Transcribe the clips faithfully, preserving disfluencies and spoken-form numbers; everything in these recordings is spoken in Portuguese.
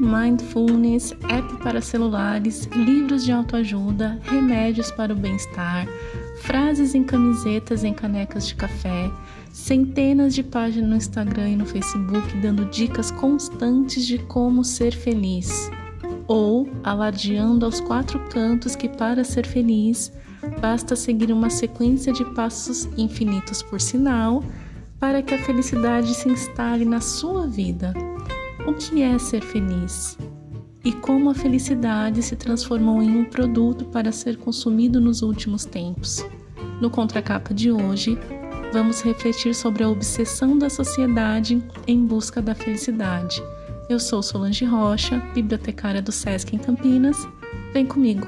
mindfulness, app para celulares, livros de autoajuda, remédios para o bem-estar, frases em camisetas e em canecas de café, centenas de páginas no Instagram e no Facebook dando dicas constantes de como ser feliz, ou alardeando aos quatro cantos que para ser feliz basta seguir uma sequência de passos infinitos por sinal para que a felicidade se instale na sua vida. O que é ser feliz? E como a felicidade se transformou em um produto para ser consumido nos últimos tempos? No Contracapa de hoje, vamos refletir sobre a obsessão da sociedade em busca da felicidade. Eu sou Solange Rocha, bibliotecária do Sesc em Campinas. Vem comigo!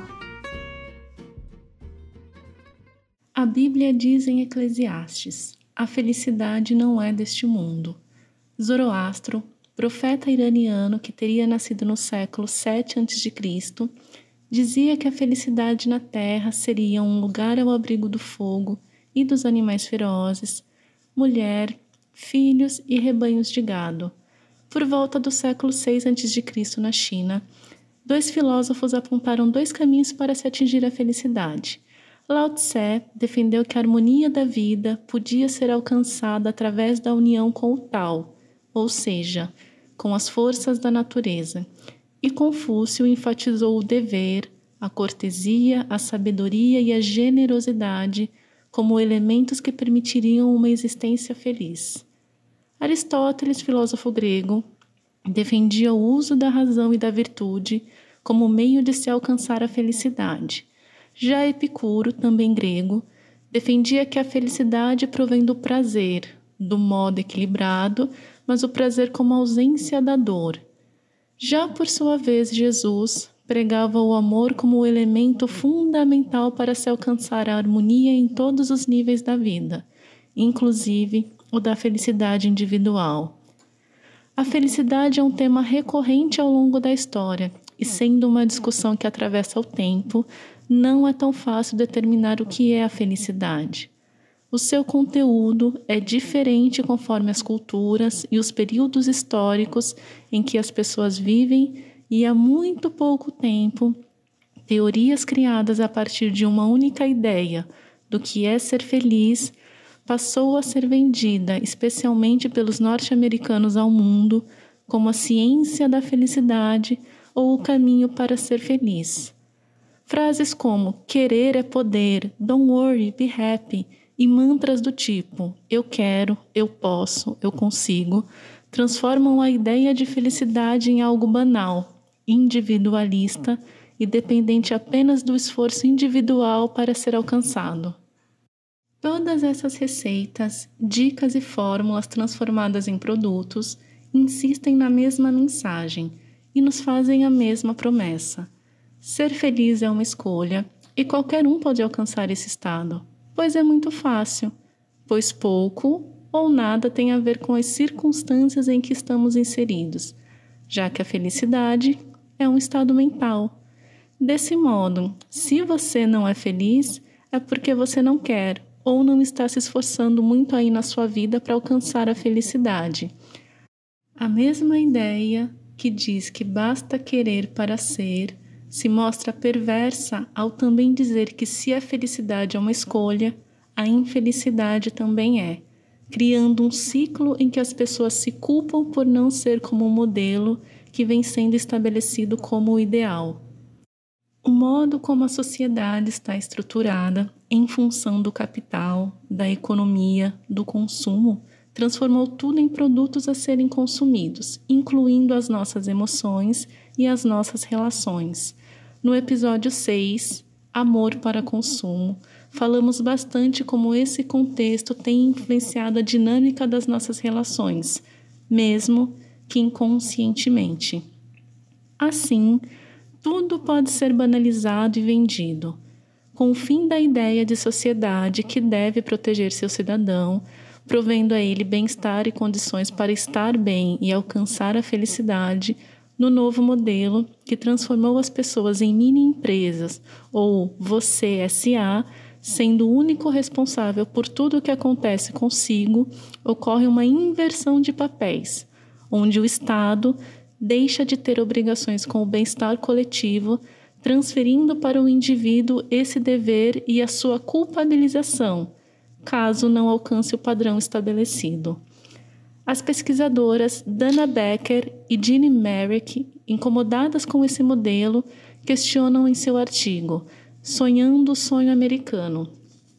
A Bíblia diz em Eclesiastes: a felicidade não é deste mundo. Zoroastro, profeta iraniano que teria nascido no século sete antes de Cristo, dizia que a felicidade na terra seria um lugar ao abrigo do fogo e dos animais ferozes, mulher, filhos e rebanhos de gado. Por volta do século seis antes de Cristo na China, dois filósofos apontaram dois caminhos para se atingir a felicidade. Lao Tse defendeu que a harmonia da vida podia ser alcançada através da união com o Tao, ou seja, com as forças da natureza, e Confúcio enfatizou o dever, a cortesia, a sabedoria e a generosidade como elementos que permitiriam uma existência feliz. Aristóteles, filósofo grego, defendia o uso da razão e da virtude como meio de se alcançar a felicidade. Já Epicuro, também grego, defendia que a felicidade provém do prazer, do modo equilibrado, mas o prazer como ausência da dor. Já por sua vez, Jesus pregava o amor como o elemento fundamental para se alcançar a harmonia em todos os níveis da vida, inclusive o da felicidade individual. A felicidade é um tema recorrente ao longo da história, e sendo uma discussão que atravessa o tempo, não é tão fácil determinar o que é a felicidade. O seu conteúdo é diferente conforme as culturas e os períodos históricos em que as pessoas vivem, e há muito pouco tempo, teorias criadas a partir de uma única ideia do que é ser feliz passou a ser vendida, especialmente pelos norte-americanos ao mundo, como a ciência da felicidade ou o caminho para ser feliz. Frases como querer é poder, don't worry, be happy, e mantras do tipo eu quero, eu posso, eu consigo, transformam a ideia de felicidade em algo banal, individualista e dependente apenas do esforço individual para ser alcançado. Todas essas receitas, dicas e fórmulas transformadas em produtos insistem na mesma mensagem e nos fazem a mesma promessa. Ser feliz é uma escolha e qualquer um pode alcançar esse estado. Pois é muito fácil, pois pouco ou nada tem a ver com as circunstâncias em que estamos inseridos, já que a felicidade é um estado mental. Desse modo, se você não é feliz, é porque você não quer ou não está se esforçando muito aí na sua vida para alcançar a felicidade. A mesma ideia que diz que basta querer para ser, se mostra perversa ao também dizer que se a felicidade é uma escolha, a infelicidade também é, criando um ciclo em que as pessoas se culpam por não ser como o modelo que vem sendo estabelecido como o ideal. O modo como a sociedade está estruturada em função do capital, da economia, do consumo, transformou tudo em produtos a serem consumidos, incluindo as nossas emoções e as nossas relações. No episódio seis, Amor para Consumo, falamos bastante como esse contexto tem influenciado a dinâmica das nossas relações, mesmo que inconscientemente. Assim, tudo pode ser banalizado e vendido, com o fim da ideia de sociedade que deve proteger seu cidadão, provendo a ele bem-estar e condições para estar bem e alcançar a felicidade, no novo modelo que transformou as pessoas em mini-empresas, ou Você S A, sendo o único responsável por tudo o que acontece consigo, ocorre uma inversão de papéis, onde o Estado deixa de ter obrigações com o bem-estar coletivo, transferindo para o indivíduo esse dever e a sua culpabilização, caso não alcance o padrão estabelecido. As pesquisadoras Dana Becker e Jeanne Merrick, incomodadas com esse modelo, questionam em seu artigo Sonhando o Sonho Americano,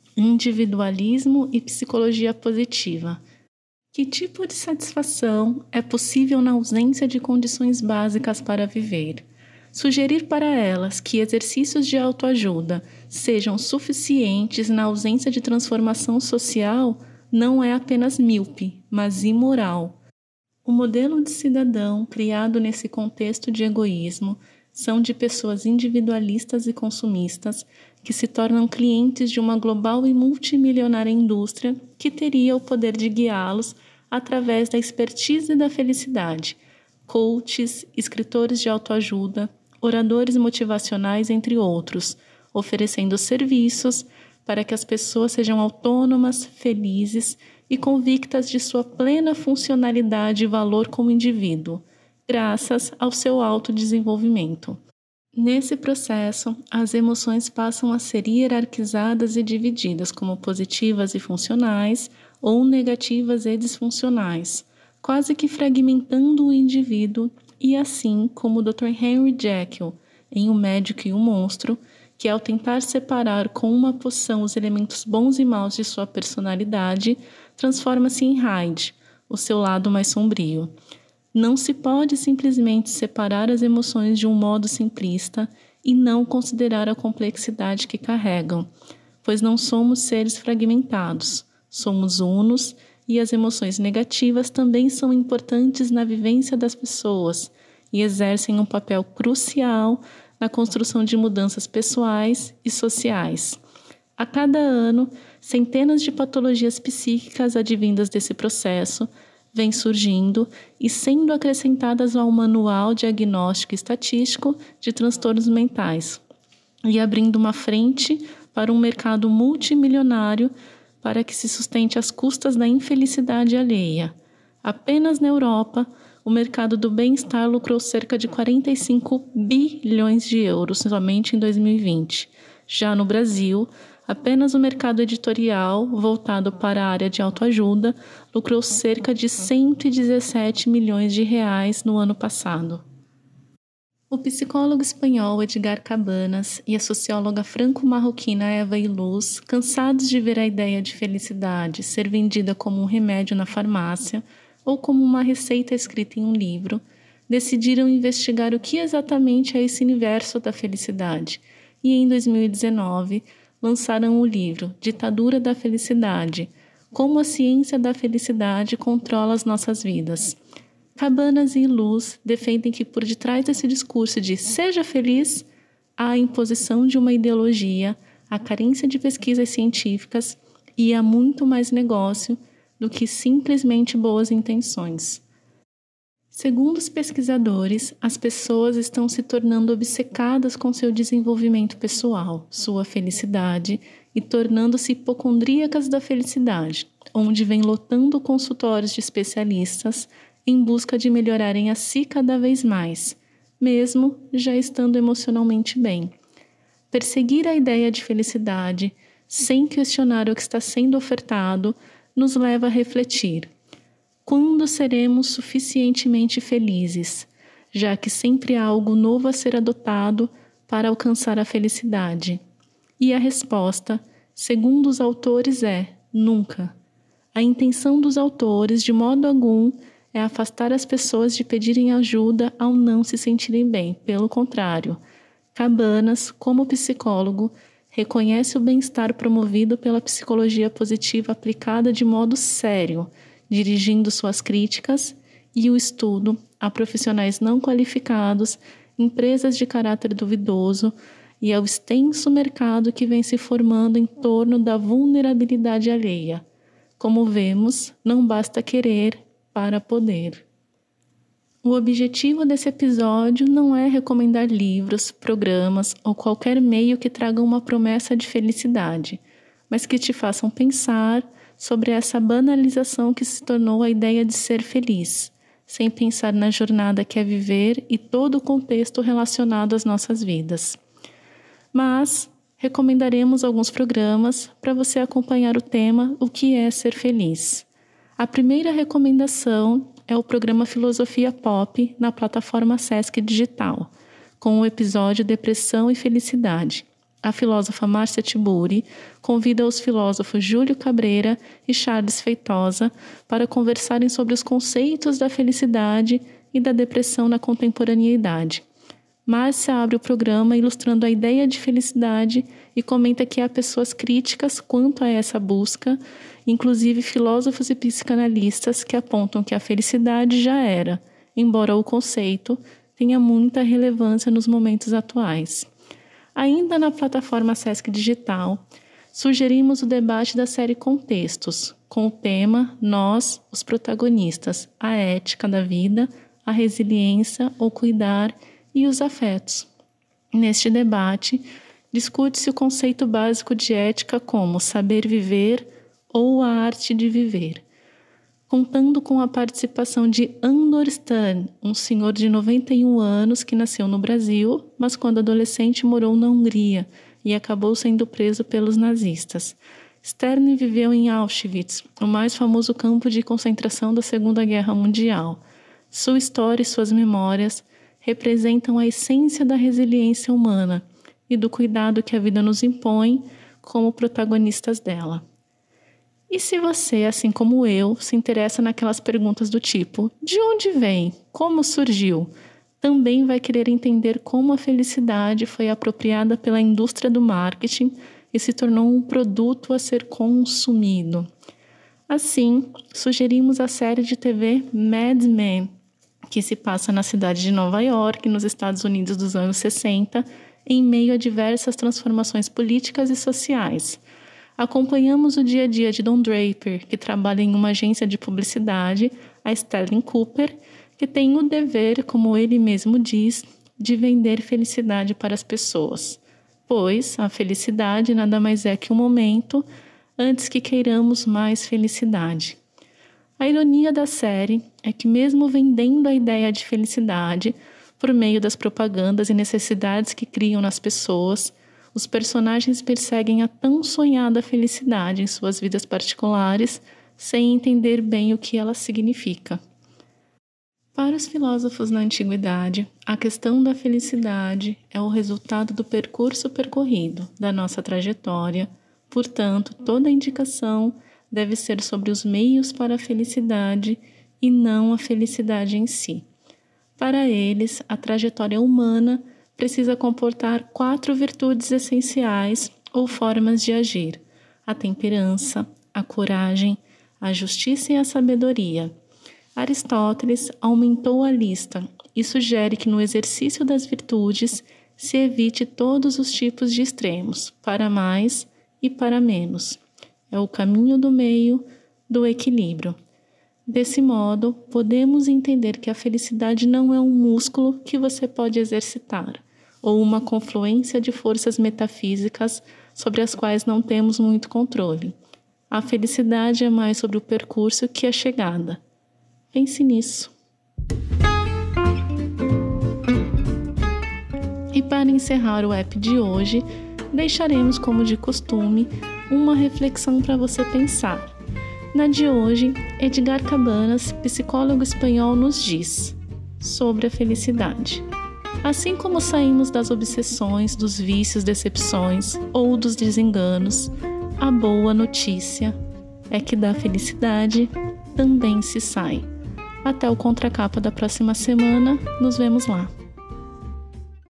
Individualismo e Psicologia Positiva. Que tipo de satisfação é possível na ausência de condições básicas para viver? Sugerir para elas que exercícios de autoajuda sejam suficientes na ausência de transformação social não é apenas míope, mas imoral. O modelo de cidadão criado nesse contexto de egoísmo são de pessoas individualistas e consumistas que se tornam clientes de uma global e multimilionária indústria que teria o poder de guiá-los através da expertise da felicidade, coaches, escritores de autoajuda, oradores motivacionais, entre outros, oferecendo serviços para que as pessoas sejam autônomas, felizes e convictas de sua plena funcionalidade e valor como indivíduo, graças ao seu autodesenvolvimento. Nesse processo, as emoções passam a ser hierarquizadas e divididas como positivas e funcionais ou negativas e disfuncionais, quase que fragmentando o indivíduo e assim como o doutor Henry Jekyll, em O Médico e o Monstro, que ao tentar separar com uma poção os elementos bons e maus de sua personalidade, transforma-se em Hyde, o seu lado mais sombrio. Não se pode simplesmente separar as emoções de um modo simplista e não considerar a complexidade que carregam, pois não somos seres fragmentados, somos unos e as emoções negativas também são importantes na vivência das pessoas e exercem um papel crucial na construção de mudanças pessoais e sociais. A cada ano, centenas de patologias psíquicas advindas desse processo vêm surgindo e sendo acrescentadas ao Manual Diagnóstico e Estatístico de Transtornos Mentais, e abrindo uma frente para um mercado multimilionário para que se sustente às custas da infelicidade alheia. Apenas na Europa, o mercado do bem-estar lucrou cerca de quarenta e cinco bilhões de euros somente em dois mil e vinte. Já no Brasil, apenas o mercado editorial, voltado para a área de autoajuda, lucrou cerca de cento e dezessete milhões de reais no ano passado. O psicólogo espanhol Edgar Cabanas e a socióloga franco-marroquina Eva Illouz, cansados de ver a ideia de felicidade ser vendida como um remédio na farmácia ou como uma receita escrita em um livro, decidiram investigar o que exatamente é esse universo da felicidade e, em dois mil e dezenove, lançaram o livro Ditadura da Felicidade, Como a Ciência da Felicidade Controla as Nossas Vidas. Cabanas e Illouz defendem que por detrás desse discurso de seja feliz, há a imposição de uma ideologia, a carência de pesquisas científicas e há muito mais negócio do que simplesmente boas intenções. Segundo os pesquisadores, as pessoas estão se tornando obcecadas com seu desenvolvimento pessoal, sua felicidade e tornando-se hipocondríacas da felicidade, onde vem lotando consultórios de especialistas em busca de melhorarem a si cada vez mais, mesmo já estando emocionalmente bem. Perseguir a ideia de felicidade, sem questionar o que está sendo ofertado, nos leva a refletir. Quando seremos suficientemente felizes, já que sempre há algo novo a ser adotado para alcançar a felicidade? E a resposta, segundo os autores, é nunca. A intenção dos autores, de modo algum, é afastar as pessoas de pedirem ajuda ao não se sentirem bem. Pelo contrário, Cabanas, como psicólogo, reconhece o bem-estar promovido pela psicologia positiva aplicada de modo sério, dirigindo suas críticas e o estudo a profissionais não qualificados, empresas de caráter duvidoso e ao extenso mercado que vem se formando em torno da vulnerabilidade alheia. Como vemos, não basta querer para poder. O objetivo desse episódio não é recomendar livros, programas ou qualquer meio que tragam uma promessa de felicidade, mas que te façam pensar sobre essa banalização que se tornou a ideia de ser feliz, sem pensar na jornada que é viver e todo o contexto relacionado às nossas vidas. Mas recomendaremos alguns programas para você acompanhar o tema O que é ser feliz. A primeira recomendação é o programa Filosofia Pop na plataforma Sesc Digital, com o episódio Depressão e Felicidade. A filósofa Márcia Tiburi convida os filósofos Júlio Cabreira e Charles Feitosa para conversarem sobre os conceitos da felicidade e da depressão na contemporaneidade. Márcia abre o programa ilustrando a ideia de felicidade e comenta que há pessoas críticas quanto a essa busca, inclusive filósofos e psicanalistas que apontam que a felicidade já era, embora o conceito tenha muita relevância nos momentos atuais. Ainda na plataforma Sesc Digital, sugerimos o debate da série Contextos, com o tema Nós, os protagonistas, a ética da vida, a resiliência, o cuidar e os afetos. Neste debate, discute-se o conceito básico de ética como saber viver ou a arte de viver, contando com a participação de Andor Stern, um senhor de noventa e um anos que nasceu no Brasil, mas quando adolescente morou na Hungria e acabou sendo preso pelos nazistas. Stern viveu em Auschwitz, o mais famoso campo de concentração da Segunda Guerra Mundial. Sua história e suas memórias representam a essência da resiliência humana e do cuidado que a vida nos impõe como protagonistas dela. E se você, assim como eu, se interessa naquelas perguntas do tipo: de onde vem? Como surgiu? Também vai querer entender como a felicidade foi apropriada pela indústria do marketing e se tornou um produto a ser consumido. Assim, sugerimos a série de T V Mad Men, que se passa na cidade de Nova York, nos Estados Unidos dos anos sessenta, em meio a diversas transformações políticas e sociais. Acompanhamos o dia a dia de Don Draper, que trabalha em uma agência de publicidade, a Sterling Cooper, que tem o dever, como ele mesmo diz, de vender felicidade para as pessoas, pois a felicidade nada mais é que um momento antes que queiramos mais felicidade. A ironia da série é que, mesmo vendendo a ideia de felicidade por meio das propagandas e necessidades que criam nas pessoas, os personagens perseguem a tão sonhada felicidade em suas vidas particulares, sem entender bem o que ela significa. Para os filósofos na antiguidade, a questão da felicidade é o resultado do percurso percorrido, da nossa trajetória, portanto, toda indicação deve ser sobre os meios para a felicidade e não a felicidade em si. Para eles, a trajetória humana precisa comportar quatro virtudes essenciais ou formas de agir: a temperança, a coragem, a justiça e a sabedoria. Aristóteles aumentou a lista e sugere que no exercício das virtudes se evite todos os tipos de extremos, para mais e para menos. É o caminho do meio, do equilíbrio. Desse modo, podemos entender que a felicidade não é um músculo que você pode exercitar, ou uma confluência de forças metafísicas sobre as quais não temos muito controle. A felicidade é mais sobre o percurso que a chegada. Pense nisso. E para encerrar o app de hoje, deixaremos, como de costume, uma reflexão para você pensar. Na de hoje, Edgar Cabanas, psicólogo espanhol, nos diz sobre a felicidade. Assim como saímos das obsessões, dos vícios, decepções ou dos desenganos, a boa notícia é que da felicidade também se sai. Até o Contracapa da próxima semana, nos vemos lá.